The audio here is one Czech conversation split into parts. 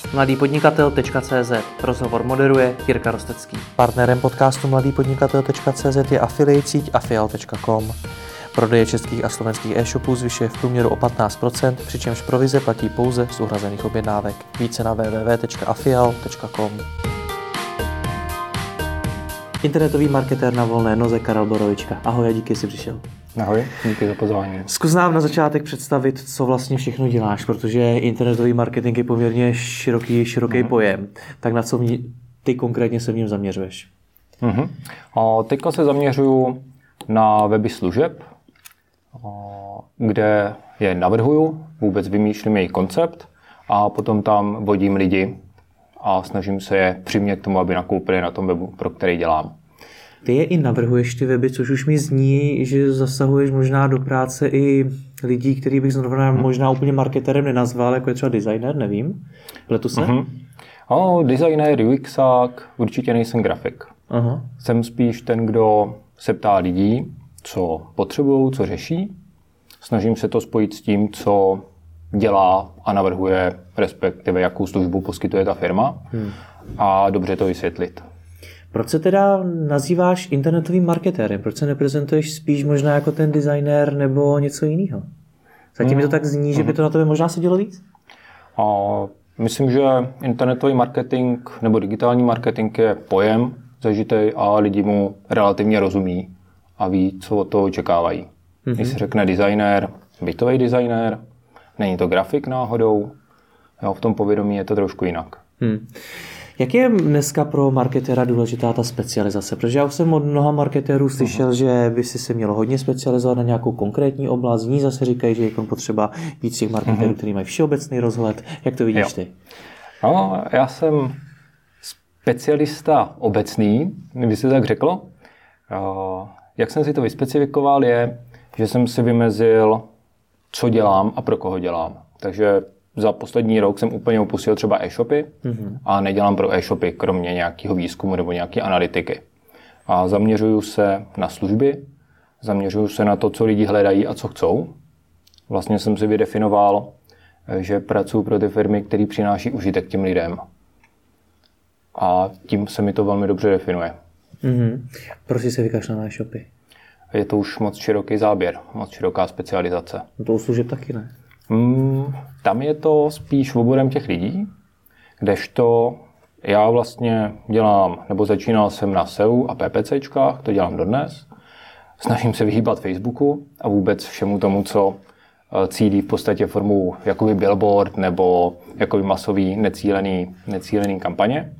mladýpodnikatel.cz. Rozhovor moderuje Jirka Rostecký. Partnerem podcastu mladýpodnikatel.cz je affiliate síť afial.com. Prodeje českých a slovenských e-shopů zvyšuje v průměru o 15%, přičemž provize platí pouze z uhrazených objednávek. Více na www.afial.com. Internetový marketér na volné noze Karel Borovička. Ahoj a díky, že jsi přišel. Ahoj, díky za pozvání. Zkus nám na začátek představit, co vlastně všechno děláš, protože internetový marketing je poměrně široký pojem. Tak na co ty konkrétně se v něm zaměřuješ? Teďka se zaměřuju na weby služeb, kde je navrhuju, vůbec vymýšlím jejich koncept a potom tam vodím lidi a snažím se je přimět k tomu, aby nakoupili na tom webu, pro který dělám. Ty je i navrhuješ ty weby, což už mi zní, že zasahuješ možná do práce i lidí, který bych zrovna možná úplně marketerem nenazval, jako je třeba designer, nevím. Pletu se? Designer, UXák, určitě nejsem grafik. Aha. Jsem spíš ten, kdo se ptá lidí, co potřebují, co řeší. Snažím se to spojit s tím, co dělá a navrhuje, respektive jakou službu poskytuje ta firma a dobře to vysvětlit. Proč se teda nazýváš internetovým marketérem? Proč se neprezentuješ spíš možná jako ten designér nebo něco jiného? Zatím mi to tak zní, že by to na tebe možná sedělo víc? Myslím, že internetový marketing nebo digitální marketing je pojem zažitý a lidi mu relativně rozumí a ví, co od toho očekávají. Když se řekne designér, bytový designér, není to grafik náhodou, jo, v tom povědomí je to trošku jinak. Jak je dneska pro marketéra důležitá ta specializace? Protože já už jsem od mnoha marketérů slyšel, že by si se mělo hodně specializovat na nějakou konkrétní oblast. Ní zase říkají, že je potřeba víc těch marketérů, kteří mají všeobecný rozhled. Jak to vidíš ty? No, já jsem specialista obecný, kdyby se tak řeklo. Jak jsem si to vyspecifikoval je, že jsem si vymezil, co dělám a pro koho dělám. Takže za poslední rok jsem úplně opustil třeba e-shopy a nedělám pro e-shopy, kromě nějakého výzkumu nebo nějaké analytiky. A zaměřuju se na služby, zaměřuju se na to, co lidi hledají a co chcou. Vlastně jsem si vydefinoval, že pracuji pro ty firmy, které přináší užitek těm lidem. A tím se mi to velmi dobře definuje. Proč jsi se vykašlal na e-shopy? Je to už moc široký záběr, moc široká specializace. To u služeb taky ne? Tam je to spíš oborem těch lidí, kdežto já vlastně dělám, nebo začínal jsem na SEO a PPCčkách, to dělám dodnes. Snažím se vyhýbat Facebooku a vůbec všemu tomu, co cílí v podstatě formou jakoby billboard nebo jakoby masový necílený kampaně.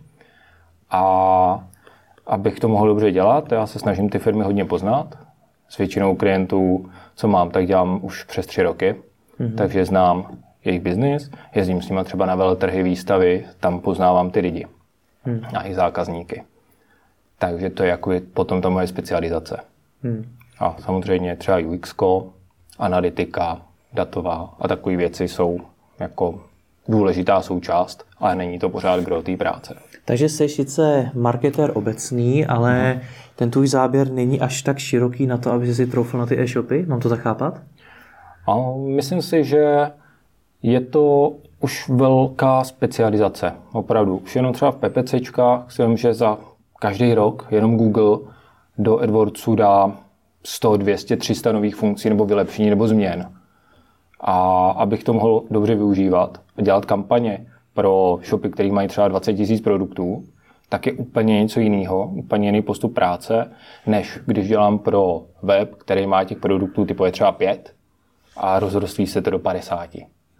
A abych to mohl dobře dělat, já se snažím ty firmy hodně poznat. S většinou klientů, co mám, tak dělám už přes 3 roky. Takže znám jejich biznis, jezdím s nimi třeba na veletrhy, výstavy, tam poznávám ty lidi a i zákazníky. Takže to je jako potom ta moje specializace. A samozřejmě třeba UXko, analytika, datová a takové věci jsou jako důležitá součást, ale není to pořád gro té práce. Takže jsi sice marketér obecný, ale ten tvůj záběr není až tak široký na to, aby si troufl na ty e-shopy? Mám to tak chápat? A myslím si, že je to už velká specializace, opravdu. Už jenom třeba v PPCčkách si vím, že za každý rok jenom Google do AdWordsu dá 100, 200, 300 nových funkcí nebo vylepšení nebo změn. A abych to mohl dobře využívat a dělat kampaně pro shopy, které mají třeba 20 000 produktů, tak je úplně něco jiného, úplně jiný postup práce, než když dělám pro web, který má těch produktů typu je třeba 5 a rozrostlí se to do 50.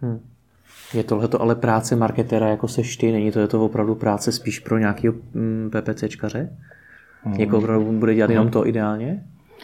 Je tohleto ale práce marketéra jako seš ty? Není to, je to opravdu práce spíš pro nějakého PPCčkaře? Někoho opravdu bude dělat jenom to ideálně?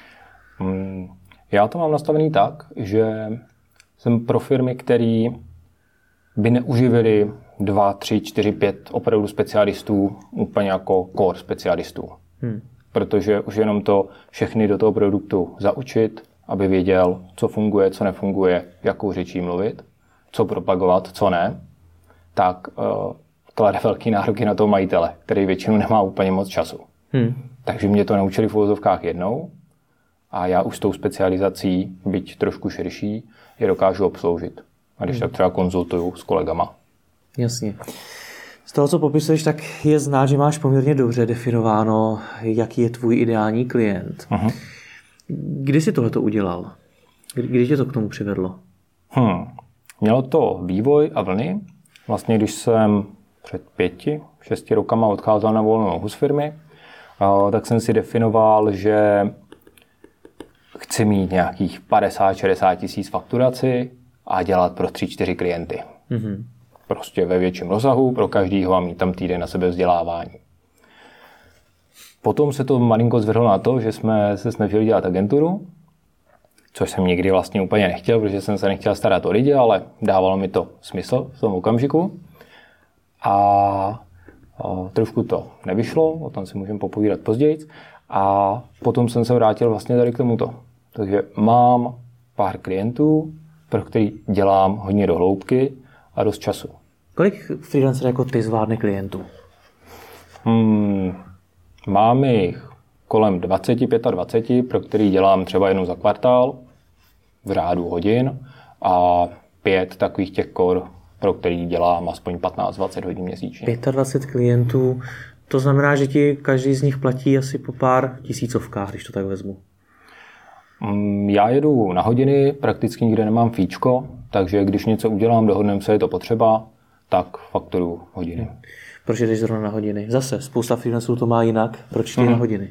Já to mám nastavený tak, že jsem pro firmy, které by neuživili 2, 3, 4, 5 opravdu specialistů úplně jako core specialistů. Protože už jenom to všechny do toho produktu zaučit, aby věděl, co funguje, co nefunguje, jakou řečí mluvit, co propagovat, co ne, tak klade velký nároky na toho majitele, který většinou nemá úplně moc času. Takže mě to naučili v uvozovkách jednou a já už s tou specializací, byť trošku širší, je dokážu obsloužit. A když tak třeba konzultuju s kolegama. Jasně. Z toho, co popisuješ, tak je znát, že máš poměrně dobře definováno, jaký je tvůj ideální klient. Uh-huh. Kdy jsi tohleto udělal? Kdy tě to k tomu přivedlo? Mělo to vývoj a vlny. Vlastně, když jsem před 5-6 rokama odcházel na volnou nohu z firmy, tak jsem si definoval, že chci mít nějakých 50-60 tisíc fakturaci a dělat pro 3-4 klienty. Mm-hmm. Prostě ve větším rozsahu, pro každýho a mít tam týden na sebe vzdělávání. Potom se to malinko zvrhlo na to, že jsme se snažili dělat agenturu, což jsem nikdy vlastně úplně nechtěl, protože jsem se nechtěl starat o lidi, ale dávalo mi to smysl v tom okamžiku. A trošku to nevyšlo, o tom si můžeme popovídat později. A potom jsem se vrátil vlastně tady k tomuto. Takže mám pár klientů, pro který dělám hodně do hloubky a dost času. Kolik freelancerů jako ty zvládne klientů? Mám jich kolem 20-25, pro který dělám třeba jednou za kvartál v řádu hodin a 5 takových těch core, pro který dělám aspoň 15-20 hodin měsíčně. 25 klientů, to znamená, že ti každý z nich platí asi po pár tisícovkách, když to tak vezmu. Já jedu na hodiny, prakticky nikde nemám fíčko, takže když něco udělám, dohodneme se, je to potřeba, tak fakturuju hodiny. Proč jdeš zrovna na hodiny? Zase, spousta freelancerů to má jinak. Proč jdeš na hodiny?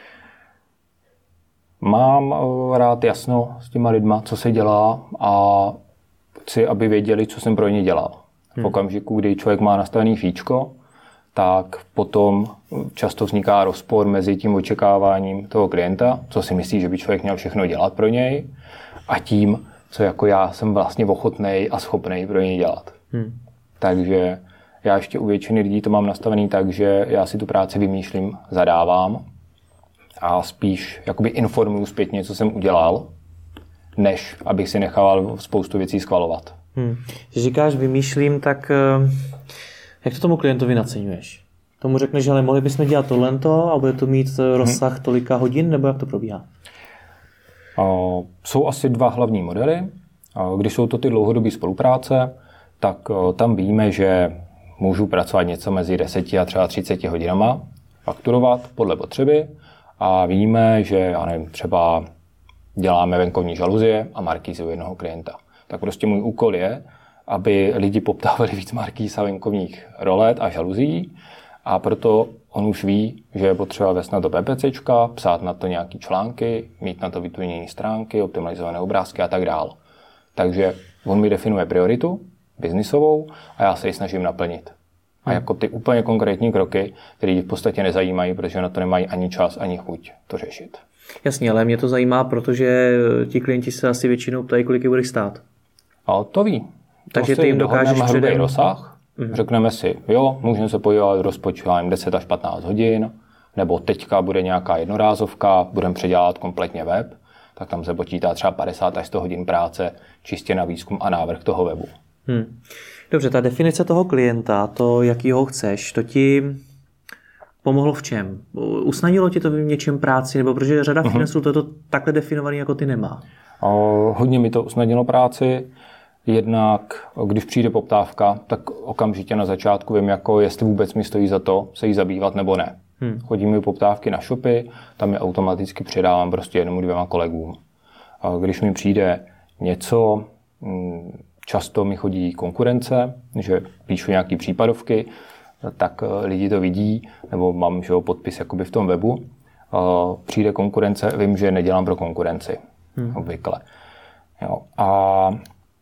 Mám rád jasno s těma lidma, co se dělá a chci, aby věděli, co jsem pro ně dělal. V okamžiku, kdy člověk má nastavený fíčko, tak potom často vzniká rozpor mezi tím očekáváním toho klienta, co si myslí, že by člověk měl všechno dělat pro něj, a tím, co jako já jsem vlastně ochotnej a schopnej pro něj dělat. Takže já ještě u většiny lidí to mám nastavený tak, že já si tu práci vymýšlím, zadávám a spíš jakoby informuju zpětně, co jsem udělal, než abych si nechal spoustu věcí schvalovat. Když říkáš vymýšlím, tak jak to tomu klientovi naceňuješ? Tomu řekneš, že ale mohli bychom dělat tohleto a bude to mít rozsah tolika hodin, nebo jak to probíhá? Jsou asi 2 hlavní modely. Když jsou to ty dlouhodobé spolupráce, tak tam víme, že můžu pracovat něco mezi 10 a třeba 30 hodinama, fakturovat podle potřeby a víme, že já nevím, třeba děláme venkovní žaluzie a markízy u jednoho klienta. Tak prostě můj úkol je, aby lidi poptávali víc markíz a venkovních rolet a žaluzí, a proto on už ví, že je potřeba vést na to PPCčka, psát na to nějaký články, mít na to vytvořené stránky, optimalizované obrázky a tak dál. Takže on mi definuje prioritu biznisovou a já se ji snažím naplnit. A jako ty úplně konkrétní kroky, které v podstatě nezajímají, protože na to nemají ani čas, ani chuť to řešit. Jasně, ale mě to zajímá, protože ti klienti se asi většinou ptají, kolik je bude stát. A to ví. Takže ty jim dokážeš předem rozsah. Řekneme si, jo, můžeme se podívat rozpočíváním 10 až 15 hodin, nebo teďka bude nějaká jednorázovka, budeme předělat kompletně web, tak tam se počítá třeba 50 až 100 hodin práce čistě na výzkum a návrh toho webu. Dobře, ta definice toho klienta, to, jaký ho chceš, to ti pomohlo v čem? Usnadnilo ti to v něčem práci, nebo protože řada freelancerů to takhle definovaný jako ty nemá? Hodně mi to usnadnilo práci. Jednak, když přijde poptávka, tak okamžitě na začátku vím, jako jestli vůbec mi stojí za to se jí zabývat nebo ne. Chodí mi poptávky na shopy, tam je automaticky přidávám prostě 1-2 kolegům. A když mi přijde něco, často mi chodí konkurence, že píšu nějaké případovky, tak lidi to vidí, nebo mám podpis jakoby v tom webu. Přijde konkurence, vím, že nedělám pro konkurenci. Obvykle. Jo. A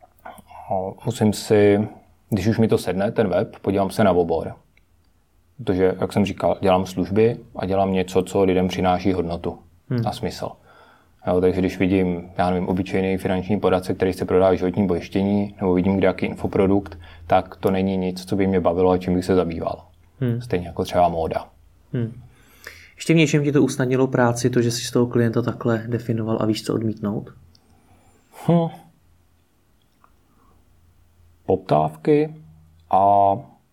musím si, když už mi to sedne, ten web, podívám se na obor. Protože, jak jsem říkal, dělám služby a dělám něco, co lidem přináší hodnotu a smysl. Jo, takže když vidím, já nevím, obyčejný finanční poradce, který chce prodávat životní pojištění, nebo vidím nějaký infoprodukt, tak to není nic, co by mě bavilo a čím bych se zabýval. Stejně jako třeba móda. Ještě v něčem ti to usnadnilo práci, to, že jsi z toho klienta takhle definoval a víš, co odmítnout? Poptávky a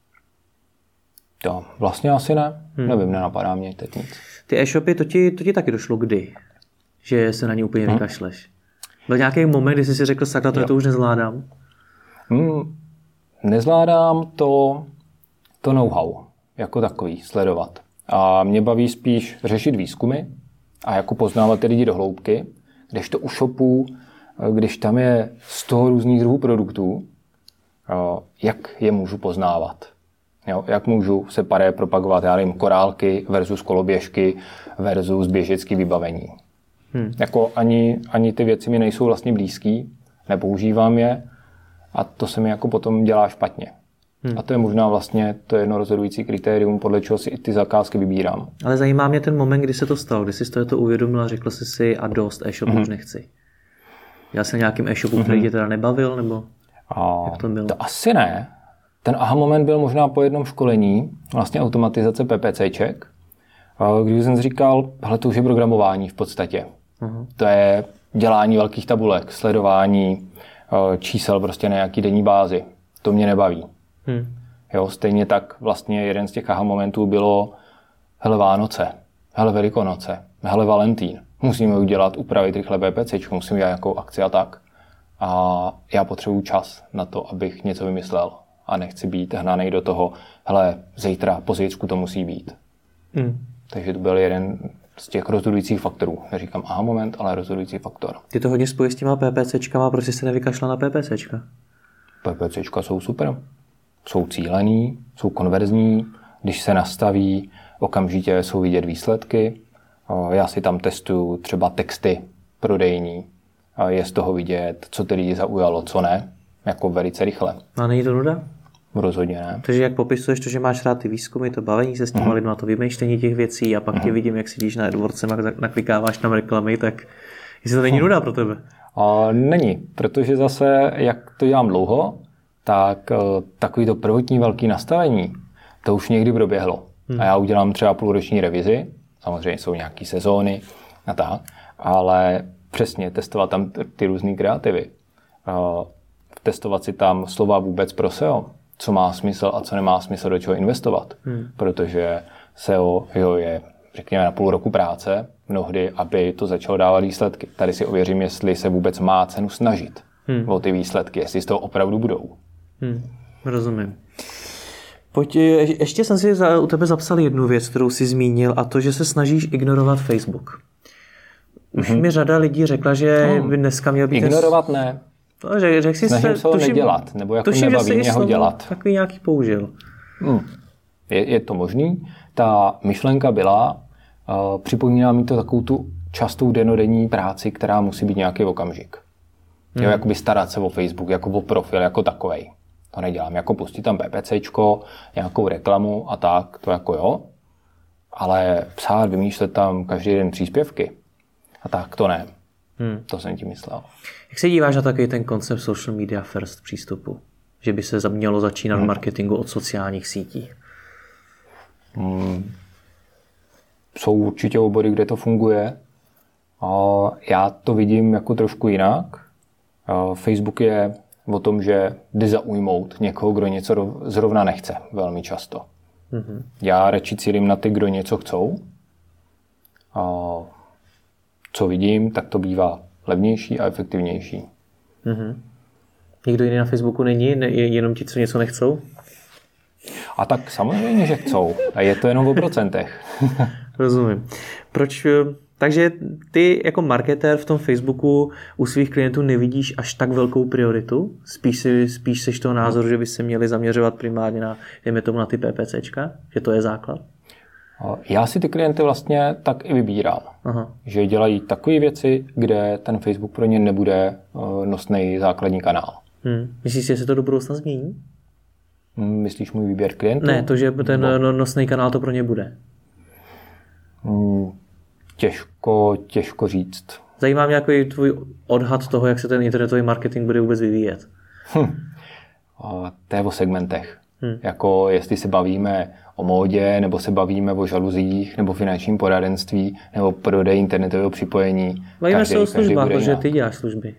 to vlastně asi ne. Nevím, nenapadá mě teď nic. Ty e-shopy, to ti taky došlo kdy? Že se na ně úplně vykašleš? Byl nějaký moment, kdy jsi si řekl, sakra, to už nezvládám? Nezvládám to to know-how jako takový sledovat. A mě baví spíš řešit výzkumy a jako poznávat ty lidi do hloubky, kdežto u shopů, když tam je 100 různých druhů produktů, jak je můžu poznávat. Jo, jak můžu separé propagovat, já nevím, korálky versus koloběžky versus běžecké vybavení. Jako ani ty věci mi nejsou vlastně blízký, nepoužívám je a to se mi jako potom dělá špatně. A to je možná vlastně to jedno rozhodující kritérium, podle čeho si i ty zakázky vybírám. Ale zajímá mě ten moment, kdy se to stalo, kdy jsi to uvědomil a řekl jsi si a dost, e-shop už nechci. Já jsem nějakým e-shopu, který tě teda nebavil, nebo jak to bylo? To asi ne. Ten aha moment byl možná po jednom školení, vlastně automatizace PPCček, když jsem si říkal, hele, to už je programování v podstatě. To je dělání velkých tabulek, sledování čísel prostě na nějaký denní bázi. To mě nebaví. Jo, stejně tak vlastně jeden z těch aha momentů bylo hele Vánoce, hele Velikonoce, hele Valentín. Musíme udělat, upravit rychle PPCčko, musíme dělat nějakou akci a tak. A já potřebuji čas na to, abych něco vymyslel. A nechci být hnanej do toho, hele, zítra, po zítřku to musí být. Takže to byl jeden z těch rozhodujících faktorů. Neříkám aha moment, ale rozhodující faktor. Ty to hodně spojíš s těma PPCčkama, proč jsi se nevykašlal na PPCčka? PPCčka jsou super. Jsou cílený, jsou konverzní, když se nastaví, okamžitě jsou vidět výsledky. Já si tam testuju třeba texty prodejní. Je z toho vidět, co ty lidi zaujalo, co ne. Jako velice rychle. A není to nuda? Rozhodně ne. Takže jak popisuješ to, že máš rád ty výzkumy, to bavení se s těma lidma, to vymýšlení těch věcí a pak tě vidím, jak sedíš na AdWordsem a naklikáváš tam reklamy, tak jestli to není nuda pro tebe? Není, protože zase, jak to dělám dlouho, tak takový to prvotní velký nastavení, to už někdy proběhlo. A já udělám třeba půlroční revizi, samozřejmě jsou nějaký sezóny a tak, ale přesně testovat tam ty různý kreativy. Testovat si tam slova vůbec pro SEO, co má smysl a co nemá smysl do čeho investovat. Protože SEO je, řekněme, na půl roku práce, mnohdy, aby to začalo dávat výsledky. Tady si ověřím, jestli se vůbec má cenu snažit o ty výsledky, jestli z toho opravdu budou. Rozumím. Ještě jsem si u tebe zapsal jednu věc, kterou jsi zmínil, a to, že se snažíš ignorovat Facebook. Už mi řada lidí řekla, že by dneska měl být... Ignorovat ne. Snažím se ho nedělat, nebo jako nebaví mě ho dělat. Takový nějaký použil. Je to možný. Ta myšlenka byla, připomíná mi to takovou tu častou denodenní práci, která musí být nějaký okamžik. Jo, jakoby starat se o Facebook, jako o profil, jako takovej. To nedělám. Jako pustit tam PPCčko, nějakou reklamu a tak, to jako jo. Ale psát, vymýšlet tam každý den příspěvky a tak, to ne. To jsem ti myslel. Jak se díváš na takový ten koncept social media first přístupu? Že by se mělo začínat v marketingu od sociálních sítí? Jsou určitě obory, kde to funguje. Já to vidím jako trošku jinak. Facebook je o tom, že jde zaujmout někoho, kdo něco zrovna nechce velmi často. Já radši cílím na ty, kdo něco chcou. Co vidím, tak to bývá levnější a efektivnější. Nikdo jiný na Facebooku není? Jenom ti, co něco nechcou? A tak samozřejmě, že chcou. A je to jenom o procentech. Rozumím. Proč? Takže ty jako marketér v tom Facebooku u svých klientů nevidíš až tak velkou prioritu? Spíš seš toho názoru, že by se měli zaměřovat primárně na, dejme tomu, na ty PPCčka? Že to je základ? Já si ty klienty vlastně tak i vybírám. Že dělají takové věci, kde ten Facebook pro ně nebude nosný základní kanál. Myslíš si, že se to do budoucna změní? Myslíš můj výběr klientů? Ne, to, že ten nosný kanál to pro ně bude. Těžko říct. Zajímá mě nějaký tvůj odhad toho, jak se ten internetový marketing bude vůbec vyvíjet. To je o segmentech. Jako jestli se bavíme o módě, nebo se bavíme o žaluzích, nebo finančním poradenství, nebo prodej internetového připojení. Bavíme se o službách, protože ty děláš služby.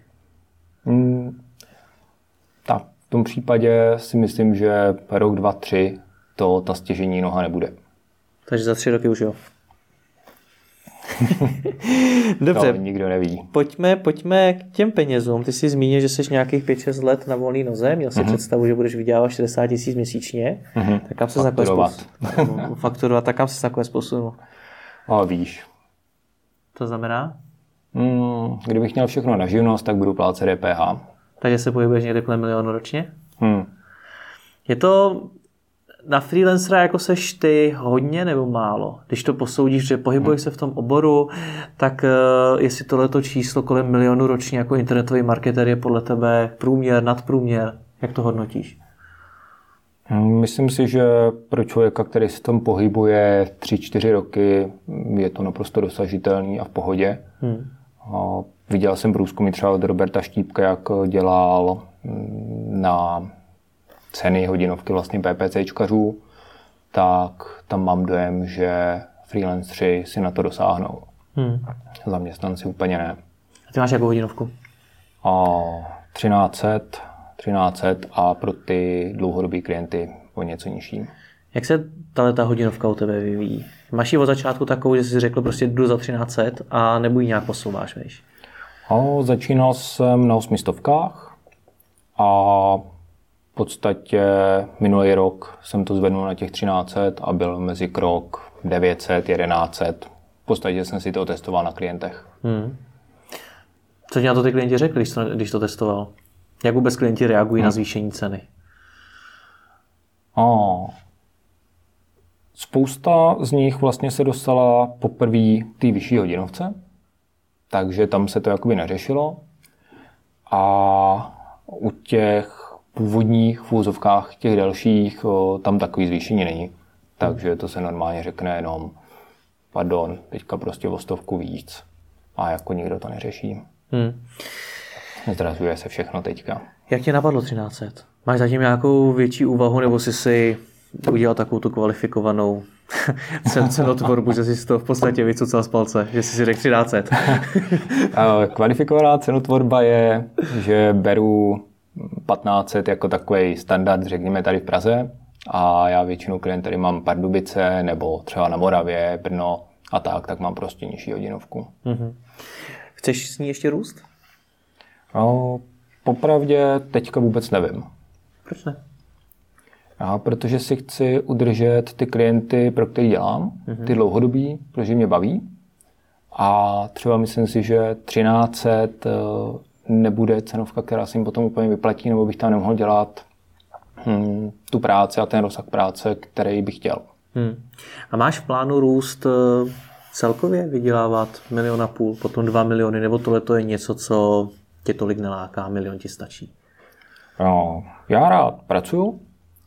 Tak v tom případě si myslím, že rok, 2, 3 ta stěžení noha nebude. Takže za 3 roky už jo. Dobře. To nikdo neví. Pojďme k těm penězům. Ty jsi zmínil, že jsi nějakých 5-6 let na volné noze. Měl si představu, že budeš vydělávat 60 000 měsíčně. Tak kam se fakturovat, tak kam se nakonec posunul? Ale víš. To znamená? Kdybych měl všechno na živnost, tak budu plácet DPH. Takže se pohybuješ někde kolem 1 milionu ročně? Je to na freelancera jako seš ty hodně nebo málo? Když to posoudíš, že pohybuješ se v tom oboru, tak jestli tohleto číslo kolem 1 milionu ročně jako internetový marketer je podle tebe průměr, nadprůměr, jak to hodnotíš? Myslím si, že pro člověka, který se tam pohybuje 3-4 roky, je to naprosto dosažitelný a v pohodě. A viděl jsem průzkumy třeba od Roberta Štípka, jak dělal na ceny hodinovky vlastně PPCčkařů, tak tam mám dojem, že freelanceri si na to dosáhnou. Zaměstnanci úplně ne. A ty máš jakou hodinovku? 1300 a pro ty dlouhodobý klienty o něco nižší. Jak se ta hodinovka u tebe vyvíjí? Máš ji od začátku takovou, že jsi řekl prostě jdu za 1300 a nebo ji nějak posouváš, víš? Začínal jsem na 800 a v podstatě minulý rok jsem to zvednul na těch 1300 a byl mezi krok 900, 1100. V podstatě jsem si to testoval na klientech. Co ti na to ty klienti řekli, když to testoval? Jak vůbec klienti reagují na zvýšení ceny? Spousta z nich vlastně se dostala poprvé té vyšší hodinovce, takže tam se to jakoby neřešilo. A u těch původních v úzovkách, těch dalších, tam takový zvýšení není. Takže to se normálně řekne jenom, pardon, teďka prostě o 100 víc. A jako nikdo to neřeší. Zdražuje se všechno teďka. Jak tě napadlo 1300? Máš zatím nějakou větší úvahu, nebo jsi si udělal takovou tu kvalifikovanou cenotvorbu, že jsi to v podstatě vycucal z palce, že jsi si řekl 1300? Kvalifikovaná cenotvorba je, že beru 1500 jako takový standard, řekněme tady v Praze, a já většinou klient, který mám Pardubice nebo třeba na Moravě, Brno a tak mám prostě nižší hodinovku. Chceš s ní ještě růst? Popravdě teďka vůbec nevím. Proč ne? Protože si chci udržet ty klienty, pro který dělám, ty dlouhodobí, protože mě baví. A třeba myslím si, že 1300 nebude cenovka, která se jim potom úplně vyplatí, nebo bych tam nemohl dělat tu práci a ten rozsah práce, který bych chtěl. A máš v plánu růst celkově, vydělávat 1,5 milionu, potom 2 miliony, nebo tohle je něco, co tě tolik neláká, 1 milion ti stačí? Já rád pracuju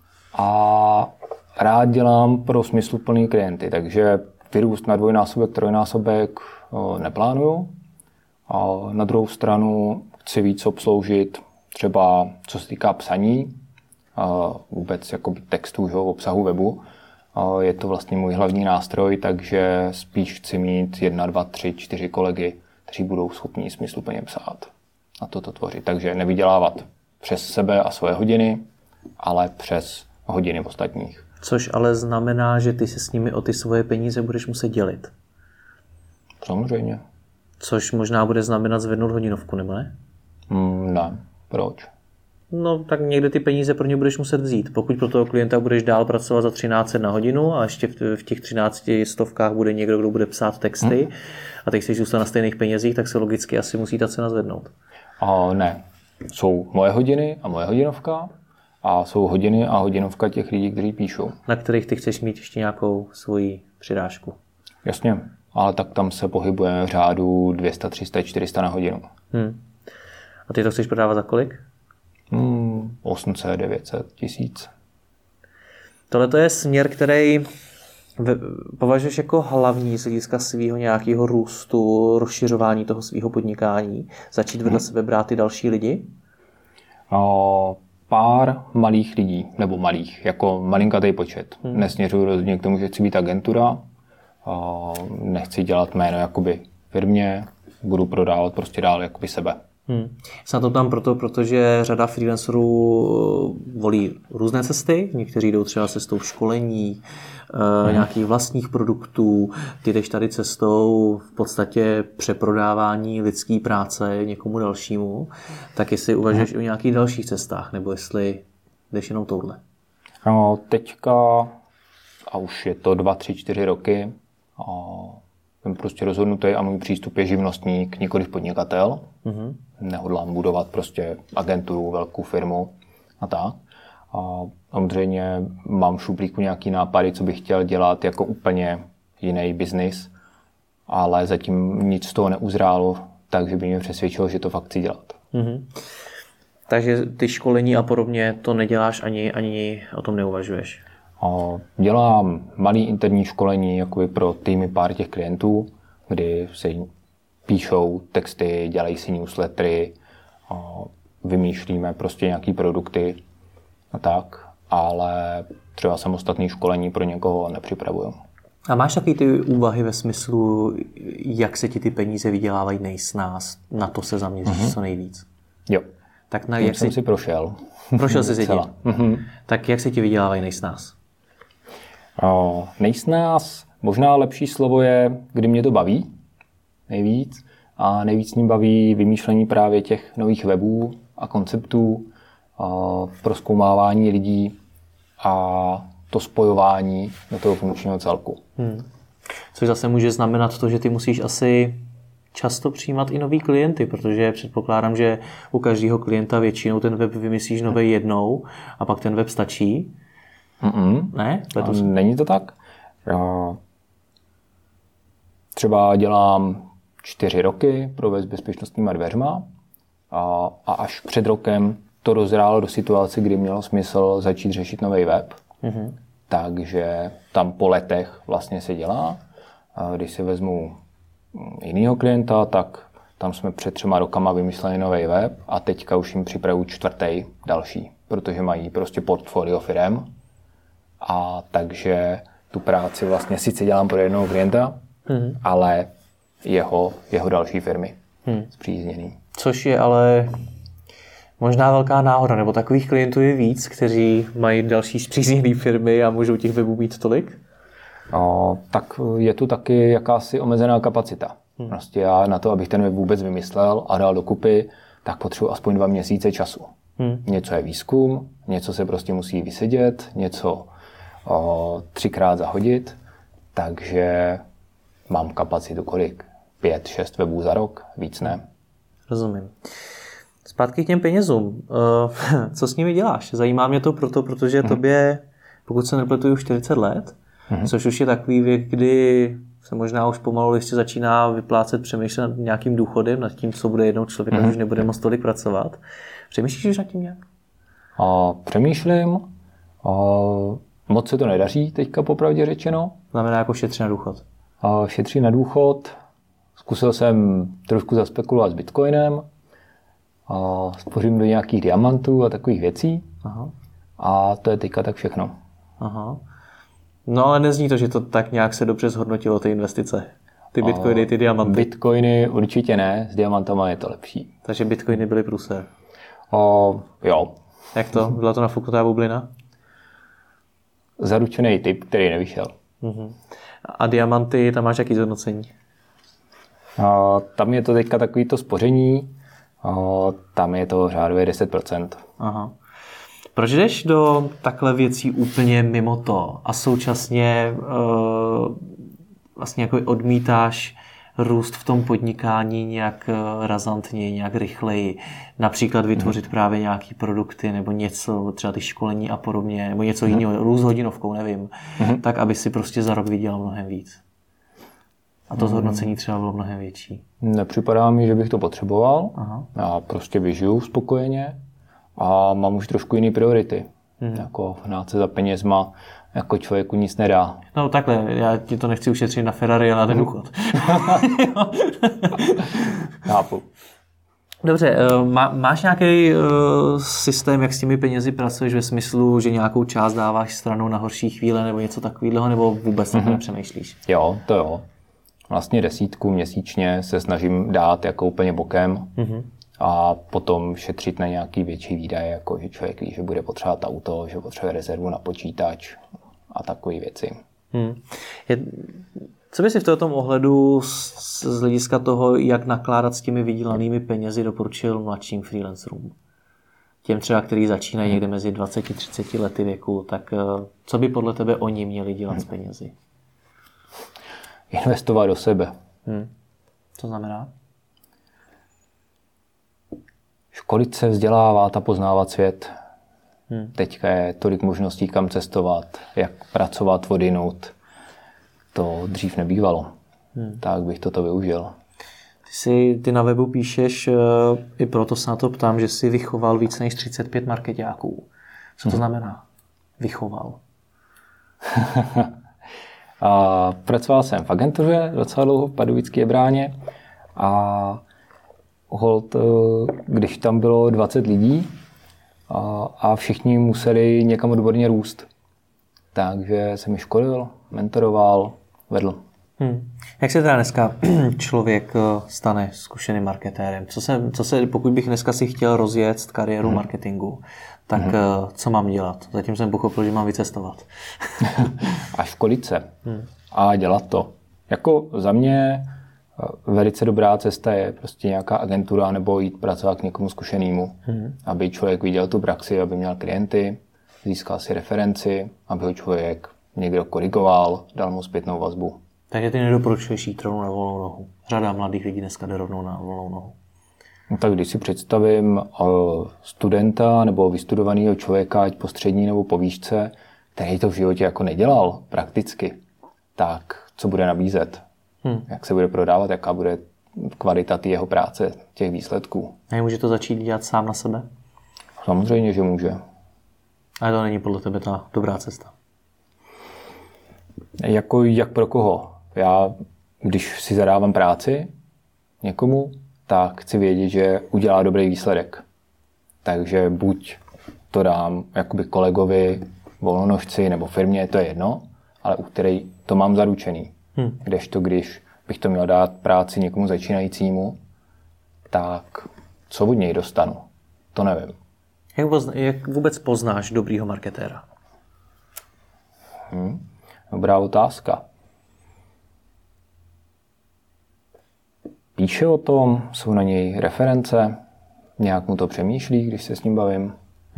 a rád dělám pro smysluplný klienty, takže vyrůst na 2násobek, 3násobek neplánuju. A na druhou stranu chci víc obsloužit třeba co se týká psaní, vůbec jakoby textů, obsahu webu. Je to vlastně můj hlavní nástroj, takže spíš chci mít 1, 2, 3, 4 kolegy, kteří budou schopni smysluplně psát a toto tvořit. Takže nevydělávat přes sebe a svoje hodiny, ale přes hodiny ostatních. Což ale znamená, že ty se s nimi o ty svoje peníze budeš muset dělit. Samozřejmě. Což možná bude znamenat zvednout hodinovku, nebo ne? Ne. Proč? No, tak někde ty peníze pro ně budeš muset vzít. Pokud pro toho klienta budeš dál pracovat za 1300 na hodinu a ještě v těch 1300 bude někdo, kdo bude psát texty a teď chceš zůstat na stejných penězích, tak se logicky asi musí ta cena zvednout. Ne. Jsou moje hodiny a moje hodinovka a jsou hodiny a hodinovka těch lidí, kteří píšou. Na kterých ty chceš mít ještě nějakou svoji přirážku. Jasně, ale tak tam se pohybujeme v řádu 200, 300, 400 na hodinu. A ty to chceš prodávat za kolik? 800, 900, 1000. Tohle je směr, který považuješ jako hlavní z hlediska svého nějakého růstu, rozšiřování toho svého podnikání? Začít vedle sebe brát ty další lidi? Pár malých lidí, nebo malých, jako malinkatý počet. Nesměřuji rozhodně k tomu, že chci být agentura. Nechci dělat jméno jakoby firmě, budu prodávat prostě dál jakoby sebe. Se na to tam protože řada freelancerů volí různé cesty. Někteří jdou třeba cestou školení, nějakých vlastních produktů. Ty jdeš tady cestou v podstatě přeprodávání lidské práce někomu dalšímu. Tak jestli uvažuješ o nějakých dalších cestách, nebo jestli jdeš jenom touhle? No, teďka, a už je to 2, 3, 4 roky, jsem prostě rozhodnutý a můj přístup je živnostník, nikoliv podnikatel. Nehodlám budovat prostě agenturu, velkou firmu a tak. A samozřejmě mám v šuplíku nějaký nápady, co bych chtěl dělat jako úplně jiný biznis, ale zatím nic z toho neuzrálo, takže by mě přesvědčilo, že to fakt chci dělat. Takže ty školení a podobně to neděláš ani o tom neuvažuješ? Dělám malý interní školení jakoby pro týmy pár těch klientů, kdy si píšou texty, dělají si newslettery, vymýšlíme prostě nějaký produkty a tak, ale třeba samostatné školení pro někoho nepřipravuju. A máš taky ty úvahy ve smyslu, jak se ti ty peníze vydělávají nejsnáz, na to se zaměříš co nejvíc? Jo. Tak jak jsem si prošel. Prošel jsi si tím. Tak jak se ti vydělávají nejsnáz? Nejsnáz, možná lepší slovo je, kdy mě to baví nejvíc. A nejvíc mě baví vymýšlení právě těch nových webů a konceptů, prozkoumávání lidí a to spojování do toho funkčního celku. Což zase může znamenat to, že ty musíš asi často přijímat i nový klienty, protože předpokládám, že u každého klienta většinou ten web vymyslíš nový jednou a pak ten web stačí. Ne? Není to tak. Třeba dělám 4 roky pro web s bezpečnostníma dveřma a až před rokem to rozhrálo do situace, kdy mělo smysl začít řešit nový web. Takže tam po letech vlastně se dělá. Když si vezmu jinýho klienta, tak tam jsme před 3 rokama vymysleli nový web a teďka už jim připravuju 4. další, protože mají prostě portfolio firem. A takže tu práci vlastně sice dělám pro jednoho klienta, ale jeho další firmy spřízněný. Což je ale možná velká náhoda, nebo takových klientů je víc, kteří mají další spřízněné firmy a můžou těch webů mít tolik? Tak je tu taky jakási omezená kapacita. Prostě já na to, abych ten web vůbec vymyslel a dal dokupy, tak potřebuji aspoň 2 měsíce času. Něco je výzkum, něco se prostě musí vysedět, něco 3krát zahodit, takže mám kapacitu kolik? 5-6 webů za rok, víc ne. Rozumím. Zpátky k těm penězům. Co s nimi děláš? Zajímá mě to protože tobě, pokud se nepletuju, 40 let, což už je takový věk, kdy se možná už pomalu ještě začíná vyplácet, přemýšlet nad nějakým důchodem, nad tím, co bude jednou člověk, už nebude moc tolik pracovat. Přemýšlíš už nad tím nějak? Přemýšlím. Moc se to nedaří teďka, popravdě řečeno. Znamená jako šetří na důchod? Šetří na důchod. Zkusil jsem trošku zaspekulovat s bitcoinem. Spořím do nějakých diamantů a takových věcí. A to je teďka tak všechno. No ale nezní to, že to tak nějak se dobře zhodnotilo, ty investice. Ty bitcoiny, ty diamanty. Bitcoiny určitě ne, s diamantama je to lepší. Takže bitcoiny byly průser. Jo. Jak to? Byla to nafuknutá bublina? Zaručený typ, který nevyšel. A diamanty, tam máš jaký zhodnocení? Tam je to teďka takový to spoření, tam je to řádově 10%. Proč jdeš do takhle věcí úplně mimo to a současně vlastně jako odmítáš růst v tom podnikání nějak razantně, nějak rychleji? Například vytvořit právě nějaký produkty nebo něco, třeba ty školení a podobně, nebo něco jiného, růst hodinovkou, nevím, tak aby si prostě za rok vydělal mnohem víc. A to zhodnocení třeba bylo mnohem větší. Nepřipadá mi, že bych to potřeboval. Já prostě vyžiju spokojeně a mám už trošku jiný priority. Jako hnát se za penězma, jako člověku nic nedá. No takhle, já ti to nechci ušetřit na Ferrari a na ten důchod. Chápu. Dobře, máš nějaký systém, jak s těmi penězi pracuješ ve smyslu, že nějakou část dáváš stranou na horší chvíle nebo něco takového, nebo vůbec tak nepřemýšlíš? Jo, to jo. Vlastně 10 měsíčně se snažím dát jako úplně bokem a potom šetřit na nějaký větší výdaje, jako že člověk ví, že bude potřebovat auto, že potřebuje rezervu na počítač a takové věci. Co by si v tomto ohledu z hlediska toho, jak nakládat s těmi vydělanými penězi, doporučil mladším freelancerům? Těm třeba, kteří začínají někde mezi 20-30 lety věku, tak co by podle tebe oni měli dělat s penězi? Investovat do sebe. Co znamená? Školit se, vzdělávat a poznávat svět. Teďka je tolik možností, kam cestovat, jak pracovat odjinud. To dřív nebývalo. Tak bych toto využil. Ty na webu píšeš, i proto se na to ptám, že jsi vychoval víc než 35 markeťáků. Co to znamená? Vychoval. Pracoval jsem v agentuře docela dlouho v Pardubické Bráně a holt, když tam bylo 20 lidí a všichni museli někam odborně růst. Takže jsem je školil, mentoroval, vedl. Jak se teda dneska člověk stane zkušeným marketérem? Pokud bych dneska si chtěl rozjet kariéru marketingu, tak co mám dělat? Zatím jsem pochopil, že mám vycestovat. A školit se. A dělat to. Jako za mě velice dobrá cesta je prostě nějaká agentura nebo jít pracovat k někomu zkušenému, aby člověk viděl tu praxi, aby měl klienty, získal si referenci, aby ho člověk někdo korigoval, dal mu zpětnou vazbu. Takže ty nedoporučuješ jít rovnou na volnou nohu. Řada mladých lidí dneska jde rovnou na volnou nohu. No tak když si představím studenta nebo vystudovaného člověka, ať po střední nebo po výšce, který to v životě jako nedělal prakticky, tak co bude nabízet? Jak se bude prodávat, jaká bude kvalita jeho práce, těch výsledků? Může to začít dělat sám na sebe? Samozřejmě, že může. Ale to není podle tebe ta dobrá cesta. Jako jak pro koho? Já, když si zadávám práci někomu, tak chci vědět, že udělá dobrý výsledek. Takže buď to dám jakoby kolegovi, volnonožci nebo firmě, to je jedno, ale u který to mám zaručený. Kdežto, když bych to měl dát práci někomu začínajícímu, tak co od něj dostanu? To nevím. Jak vůbec poznáš dobrýho marketéra? Dobrá otázka. Píše o tom, jsou na něj reference, nějak mu to přemýšlí, když se s ním bavím.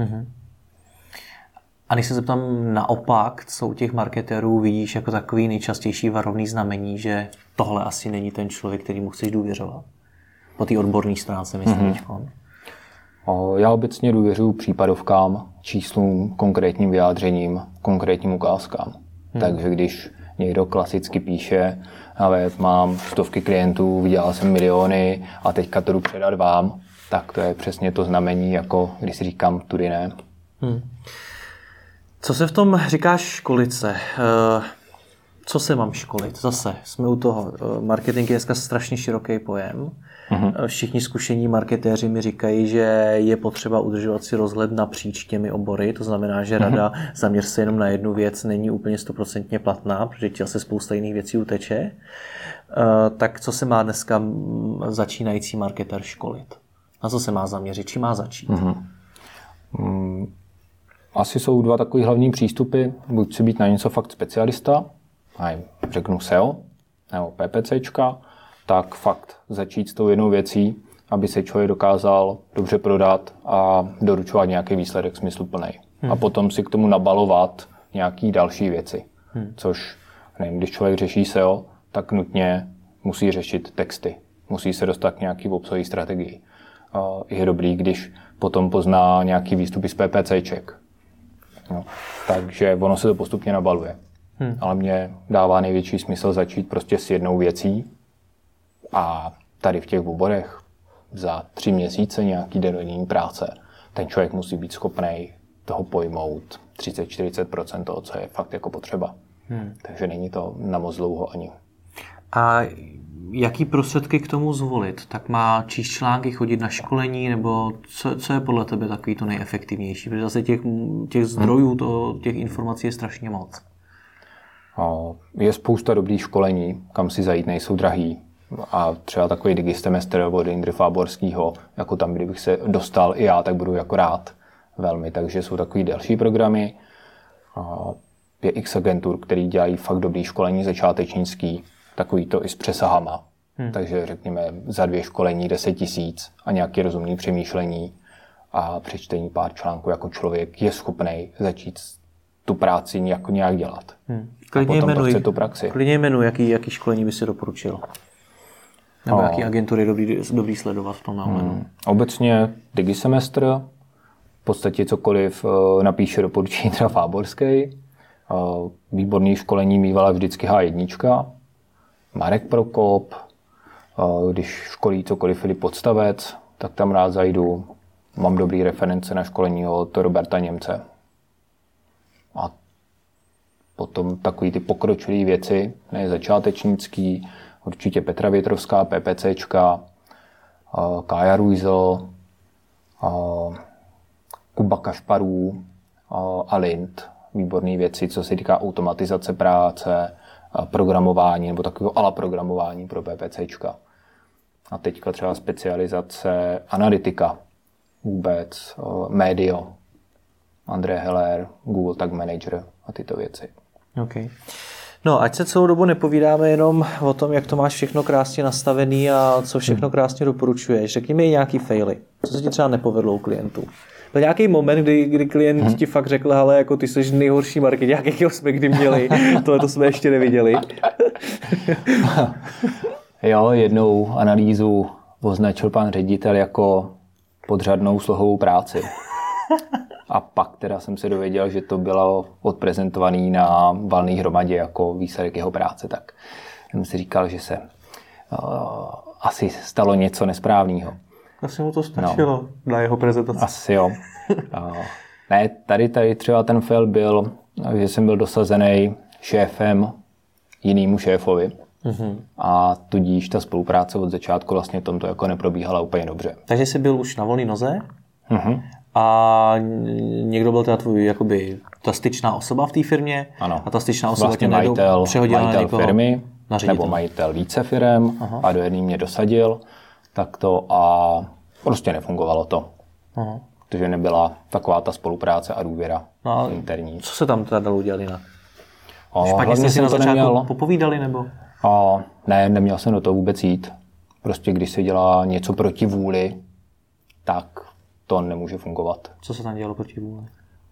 A když se zeptám naopak, co u těch marketérů vidíš jako takový nejčastější varovný znamení, že tohle asi není ten člověk, kterýmu chceš důvěřovat? Po té odborné stránce, myslím. Já obecně důvěřuji případovkám, číslům, konkrétním vyjádřením, konkrétním ukázkám. Takže když někdo klasicky píše, ale mám stovky klientů, vydělal jsem miliony a teďka to jdu předat vám, tak to je přesně to znamení, jako když si říkám tudy ne. Co se v tom říkáš školit se? Co se mám školit? Zase jsme u toho. Marketing je dneska strašně široký pojem. Všichni zkušení marketéři mi říkají, že je potřeba udržovat si rozhled napříč těmi obory. To znamená, že rada zaměř se jenom na jednu věc není úplně 100% platná, protože ti se spousta jiných věcí uteče. Tak co se má dneska začínající marketér školit? Na co se má zaměřit? Čím má začít? Asi jsou dva takové hlavní přístupy. Buď si být na něco fakt specialista, řeknu SEO nebo PPCčka, tak fakt začít s tou jednou věcí, aby se člověk dokázal dobře prodat a doručovat nějaký výsledek smysluplný. A potom si k tomu nabalovat nějaké další věci. Což, nevím, když člověk řeší SEO, tak nutně musí řešit texty. Musí se dostat k nějaký obsahové strategii. Je dobrý, když potom pozná nějaký výstupy z PPCček. No, takže ono se to postupně nabaluje. Ale mně dává největší smysl začít prostě s jednou věcí a tady v těch oborech za 3 měsíce nějaký denní práce ten člověk musí být schopný toho pojmout 30-40% toho, co je fakt jako potřeba. Takže není to na moc dlouho ani. A jaký prostředky k tomu zvolit? Tak má číst články, chodit na školení, nebo co je podle tebe takový to nejefektivnější? Protože zase těch zdrojů, těch informací je strašně moc. Je spousta dobrých školení, kam si zajít, nejsou drahý. A třeba takový digisemestr od Jindry Fáborskýho, jako tam, kdybych se dostal i já, tak budu jako rád velmi. Takže jsou takový delší programy. Je x agentur, který dělají fakt dobrý školení začátečnický, takový to i s přesahama. Takže řekněme za 2 školení 10 000 a nějaké rozumné přemýšlení a přečtení pár článků jako člověk je schopný začít tu práci nějak dělat. Klidně jmenuj, jaký školení by si doporučil. Nebo jaký agentury dobrý sledovat v tom náhledu. Obecně digisemestr, v podstatě cokoliv napíše doporučení třeba Fáborský. Výborný školení mývala vždycky H1. Marek Prokop, když školí cokoliv Filip Podstavec, tak tam rád zajdu. Mám dobrý reference na školení od Roberta Němce. A potom takový ty pokročilé věci, ne začátečnický, určitě Petra Větrovská, PPCčka, Kája Rujzel, Kuba Kašparů a Lind. Výborné věci, co se týká automatizace práce, programování nebo takového ala programování pro PPCčka. A teďka třeba specializace analytika vůbec, médio, André Heller, Google Tag Manager a tyto věci. Okay. No, ať se celou dobu nepovídáme jenom o tom, jak to máš všechno krásně nastavený a co všechno krásně doporučuješ. Řekni mi nějaký faily. Co se ti třeba nepovedlo u klientů? Byl nějaký moment, kdy klient ti fakt řekl, hele, jako ty jsi nejhorší marketák, jakýho jsme kdy měli. Tohle to jsme ještě neviděli. Jo, jednou analýzu označil pan ředitel jako podřadnou slohovou práci. A pak teda jsem se dověděl, že to bylo odprezentované na valné hromadě jako výsledek jeho práce. Tak jsem si říkal, že se asi stalo něco nesprávného. Asi mu to stačilo na jeho prezentaci. Asi jo. Ne, tady třeba ten fail byl, že jsem byl dosazený šéfem jinému šéfovi. A tudíž ta spolupráce od začátku vlastně tomto jako neprobíhala úplně dobře. Takže jsi byl už na volné noze a někdo byl teda tvůj jakoby ta styčná osoba v té firmě. Ano. A ta styčná osoba vlastně majitel firmy nebo majitel více firem a do jedné mě dosadil tak to a prostě nefungovalo to. Protože nebyla taková ta spolupráce a důvěra interní. Co se tam teda dalo udělat jinak? Špatně jste si na začátku popovídali nebo? Ne, neměl jsem do toho vůbec jít. Prostě když se dělá něco proti vůli, tak to nemůže fungovat. Co se tam dělalo proti vůli?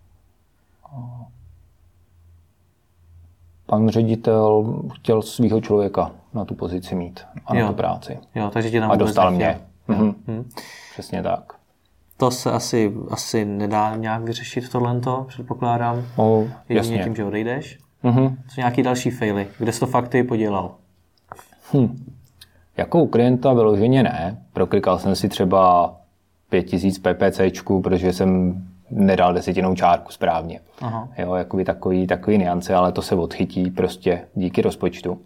Pan ředitel chtěl svého člověka na tu pozici mít a na tu práci. Jo, takže tě tam a dostal mě. Přesně tak. To se asi nedá nějak vyřešit tohleto, předpokládám. Jasně. Tím, že odejdeš. Co nějaký další faily? Kde jsi to fakt ty podělal? Jako u klienta vyloženě ne. Proklikal jsem si třeba 5000 PPCčku, protože jsem nedal desetinou čárku správně. Jo, jakoby takový niance, ale to se odchytí prostě díky rozpočtu.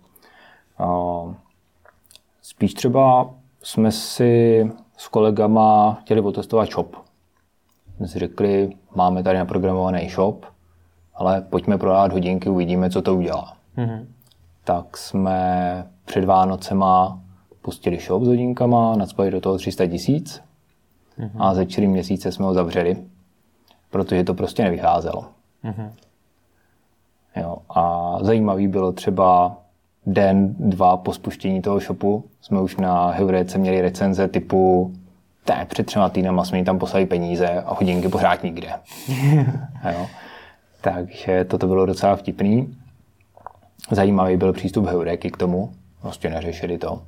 Spíš třeba jsme si s kolegama chtěli otestovat shop. Jsme si řekli, máme tady naprogramovaný shop, ale pojďme prodávat hodinky, uvidíme, co to udělá. Tak jsme před Vánocema pustili shop s hodinkama, nacpali do toho 300 000 a za 4 měsíce jsme ho zavřeli, protože to prostě nevycházelo. Jo, a zajímavý bylo třeba den, 2 po spuštění toho shopu jsme už na Heuréce měli recenze typu před 3 týdnama jsme jim tam poslali peníze a hodinky pořád nikde. Jo. Takže toto bylo docela vtipný. Zajímavý byl přístup Heuréky k tomu. Prostě neřešili to.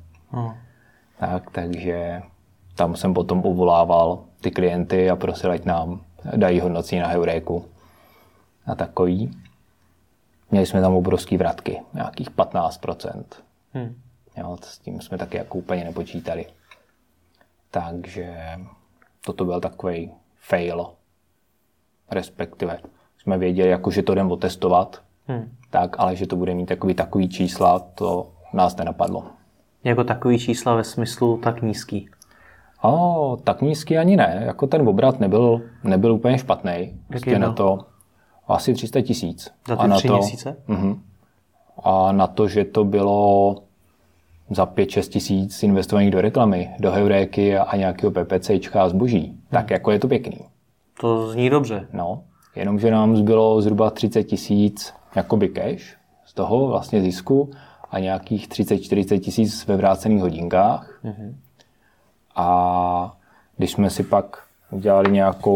Takže tam jsem potom uvolával ty klienty a prosil, ať nám dají hodnocení na Heuréku. A takový. Měli jsme tam obrovský vratky, nějakých 15%. Jo, s tím jsme taky jako úplně nepočítali. Takže toto byl takový fail. Respektive jsme věděli, jako, že to jdeme otestovat, tak, ale že to bude mít takový čísla, to nás nenapadlo. Jako takový čísla ve smyslu tak nízký? Tak nízký ani ne. Jako ten obrat nebyl úplně špatný. Prostě na to asi 300 000. Za ty 3 měsíce? A na to, že to bylo za 5-6 tisíc investovaných do reklamy, do heuréky a nějakého PPCčka a zboží, tak jako je to pěkný. To zní dobře. No, jenomže nám zbylo zhruba 30 tisíc jakoby cash z toho vlastně zisku a nějakých 30-40 tisíc ve vrácených hodinkách. A když jsme si pak udělali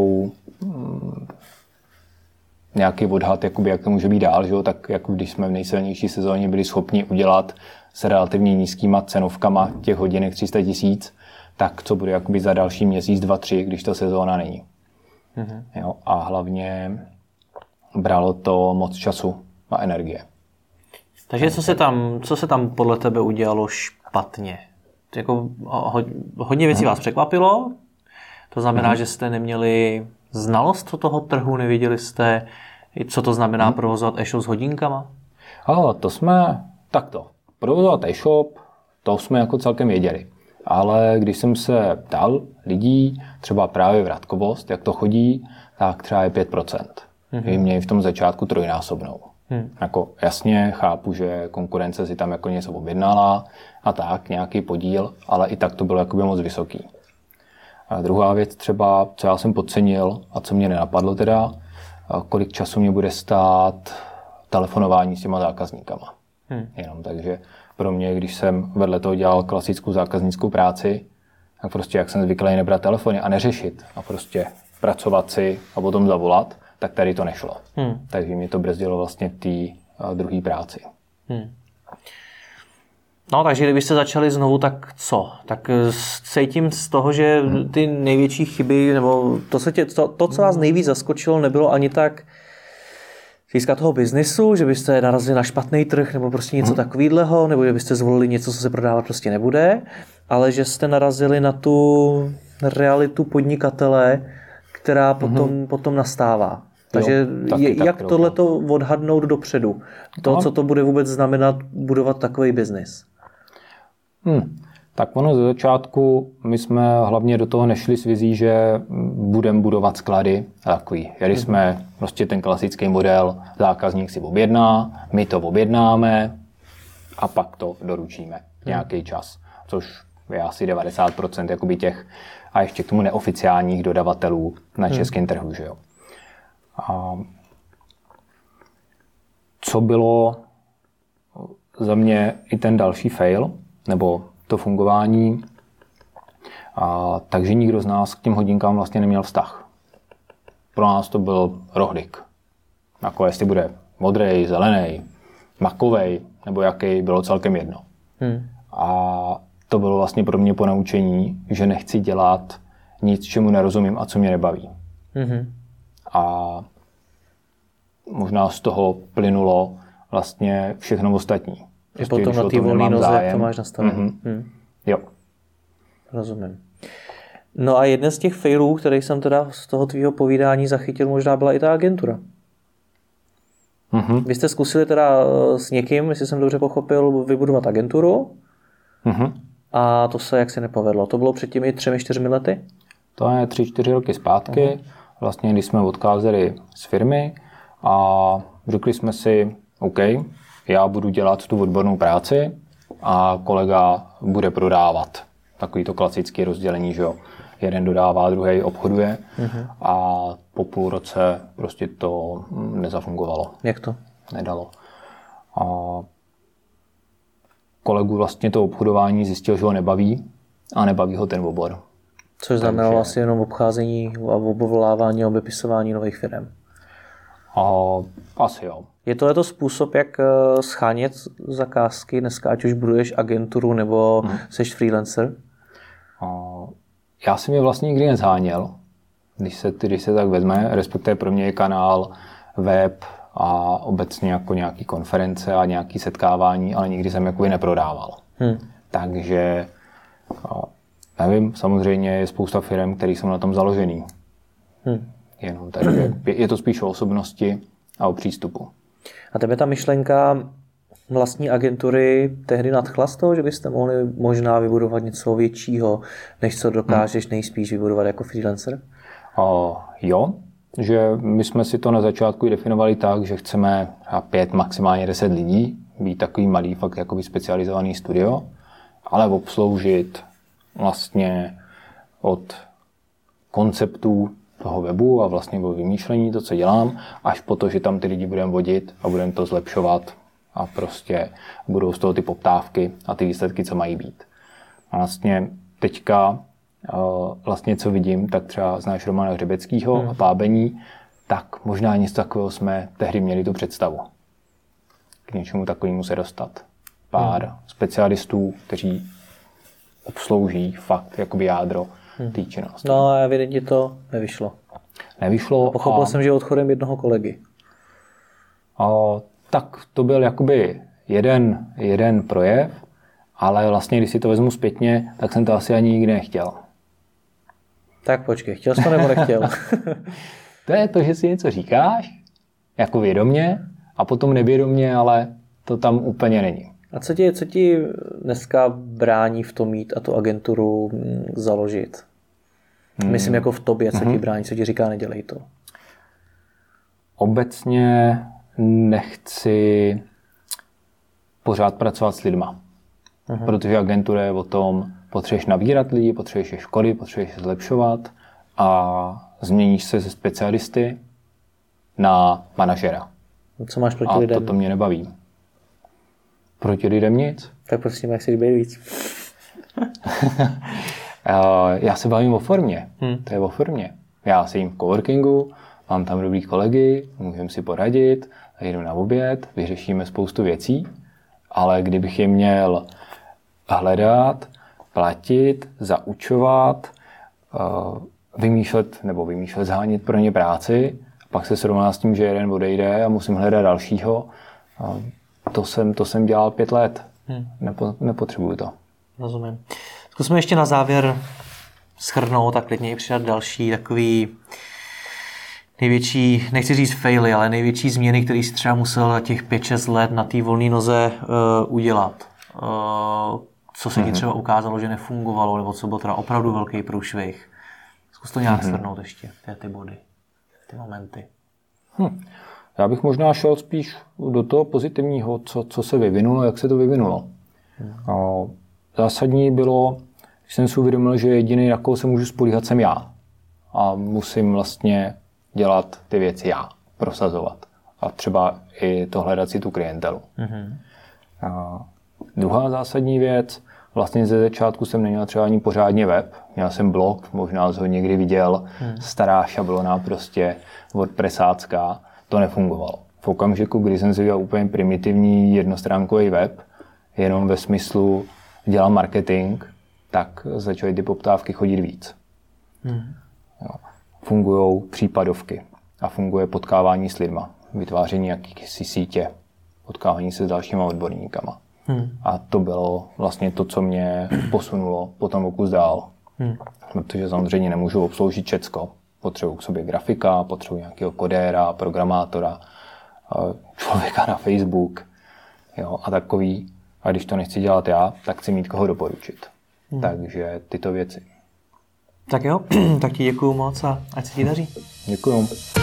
nějaký odhad, jakoby, jak to může být dál, že jo? Tak jako když jsme v nejsilnější sezóně byli schopni udělat s relativně nízkýma cenovkama těch hodinek 300 tisíc, tak co bude jakoby za další měsíc, 2, 3, když ta sezóna není. Jo? A hlavně bralo to moc času a energie. Takže co se tam podle tebe udělalo špatně? Jako, hodně věcí vás překvapilo, to znamená, že jste neměli znalost toho trhu, nevěděli jste, co to znamená provozovat e-shop s hodinkama? To jsme takto. Provozovat e-shop, to jsme jako celkem věděli. Ale když jsem se ptal lidí, třeba právě v Radkovost, jak to chodí, tak třeba je 5%. Měli v tom začátku trojnásobnou. Jako jasně chápu, že konkurence si tam jako něco objednala a tak, nějaký podíl, ale i tak to bylo jakoby moc vysoký. A druhá věc třeba, co já jsem podcenil a co mě nenapadlo teda, kolik času mě bude stát telefonování s těma zákazníkama. Jenom takže pro mě, když jsem vedle toho dělal klasickou zákaznickou práci, tak prostě jak jsem zvyklý nebrat telefony a neřešit a prostě pracovat si a potom zavolat, tak tady to nešlo. Takže mě to brzdilo vlastně v té druhé práci. No, takže kdybyste začali znovu, tak co? Tak cítím z toho, že ty největší chyby, nebo to, co vás nejvíc zaskočilo, nebylo ani tak získat toho biznisu, že byste narazili na špatný trh, nebo prostě něco takového, nebo že byste zvolili něco, co se prodávat prostě nebude, ale že jste narazili na tu realitu podnikatele, která potom nastává. Takže jak tohleto odhadnout dopředu? Co to bude vůbec znamenat budovat takový biznis? Tak ono ze začátku, my jsme hlavně do toho nešli s vizí, že budeme budovat sklady a takový. Jeli jsme prostě ten klasický model, zákazník si objedná, my to objednáme a pak to doručíme nějaký čas, což je asi 90% jakoby těch a ještě k tomu neoficiálních dodavatelů na českém trhu, že jo. A co bylo za mě i ten další fail, nebo to fungování, takže nikdo z nás k těm hodinkám vlastně neměl vztah. Pro nás to byl rohlík. Jako jestli bude modrý, zelený, makovej, nebo jaký, bylo celkem jedno. A to bylo vlastně pro mě ponaučení, že nechci dělat nic, čemu nerozumím a co mě nebaví. A možná z toho plynulo vlastně všechno ostatní. I potom na té volné noze, jak to máš nastavené. Jo. Rozumím. No a jeden z těch failů, který jsem teda z toho tvýho povídání zachytil, možná byla i ta agentura. Vy jste zkusili teda s někým, jestli jsem dobře pochopil, vybudovat agenturu a to se jaksi nepovedlo. To bylo před těmi 3-4 lety? To je 3-4 roky zpátky. Vlastně, když jsme odcházeli z firmy a řekli jsme si, OK, já budu dělat tu odbornou práci a kolega bude prodávat. Takový to klasické rozdělení, že jo. Jeden dodává, druhý obchoduje a po půl roce prostě to nezafungovalo. Jak to? Nedalo. A kolegu vlastně to obchodování zjistil, že ho nebaví a nebaví ho ten obor. Což znamenalo asi jenom obcházení a obvolávání a obepisování nových firm. Asi jo. Je tohleto způsob, jak schánět zakázky dneska, ať už buduješ agenturu nebo seš freelancer? Já jsem je vlastně nikdy nezháněl, když se tak vezme, respektive pro mě je kanál, web a obecně jako nějaký konference a nějaký setkávání, ale nikdy jsem jakoby neprodával. Takže nevím, samozřejmě je spousta firm, které jsou na tom založený. Jenom, takže je to spíš o osobnosti a o přístupu. A tebe ta myšlenka vlastní agentury tehdy nadchla z toho, že byste mohli možná vybudovat něco většího, než co dokážeš nejspíš vybudovat jako freelancer? Jo, že my jsme si to na začátku definovali tak, že chceme 5, maximálně 10 lidí, být takový malý, fakt jakoby specializovaný studio, ale obsloužit vlastně od konceptů toho webu a vlastně o vymýšlení to, co dělám, až po to, že tam ty lidi budeme vodit a budeme to zlepšovat a prostě budou z toho ty poptávky a ty výsledky, co mají být. A vlastně teďka vlastně co vidím, tak třeba znáš Romana Hřebeckýho a Pábení, tak možná něco takového jsme tehdy měli tu představu. K něčemu takovému se dostat. Pár specialistů, kteří obslouží fakt jakoby jádro té činnosti. No a evidentně to nevyšlo. Nevyšlo. Pochopil jsem, že odchodem jednoho kolegy. Tak to byl jakoby jeden projev, ale vlastně, když si to vezmu zpětně, tak jsem to asi ani nikdy nechtěl. Tak počkej, chtěl jsi to nebo nechtěl? To je to, že si něco říkáš, jako vědomě, a potom nevědomě, ale to tam úplně není. A co ti dneska brání v tom mít a tu agenturu založit? Myslím jako v tobě, co ti brání, co ti říká, nedělej to. Obecně nechci pořád pracovat s lidma. Protože agentura je o tom, potřebuješ nabírat lidi, potřebuješ je školit, potřebuješ je zlepšovat a změníš se ze specialisty na manažera. Co máš proti lidem? A to mě nebaví. Proti lidem nic. Tak prosím, jak se líbí víc. Já se bavím o formě. To je o formě. Já sedím v coworkingu, mám tam dobrý kolegy, můžeme si poradit, jdeme na oběd, vyřešíme spoustu věcí, ale kdybych je měl hledat, platit, zaučovat, vymýšlet, zhánět pro ně práci, pak se srovná s tím, že jeden odejde a musím hledat dalšího. To jsem dělal 5 let. Nepotřebuju to. Rozumím. Zkusme ještě na závěr shrnout a klidně i přidat další takový největší, nechci říct faily, ale největší změny, které jsi třeba musel za těch 5-6 let na té volné noze udělat. Co se ti třeba ukázalo, že nefungovalo, nebo co byl teda opravdu velký průšvih. Zkus to nějak shrnout ještě, ty body, ty momenty. Já bych možná šel spíš do toho pozitivního, co se vyvinulo, jak se to vyvinulo. Zásadní bylo, když jsem si uvědomil, že jediný, na koho se můžu spolíhat, jsem já. A musím vlastně dělat ty věci já, prosazovat. A třeba i to hledat si tu klientelu. Druhá zásadní věc, vlastně ze začátku jsem neměl třeba ani pořádně web. Měl jsem blog, možná jsi ho někdy viděl, stará šablona prostě, WordPressácká, to nefungovalo. V okamžiku, kdy jsem si dělal úplně primitivní jednostránkový web, jenom ve smyslu dělal marketing, tak začaly ty poptávky chodit víc. Fungujou případovky a funguje potkávání s lidma, vytváření jakýchsi sítě, potkávání se s dalšíma odborníkama. A to bylo vlastně to, co mě posunulo potom o kus dál. Protože samozřejmě nemůžu obsloužit všecko. Potřebuji k sobě grafika, potřebuji nějakého kodéra, programátora, člověka na Facebook, jo, a takový. A když to nechci dělat já, tak chci mít koho doporučit. Takže tyto věci. Tak jo, tak ti děkuju moc a ať se ti daří. Děkuju.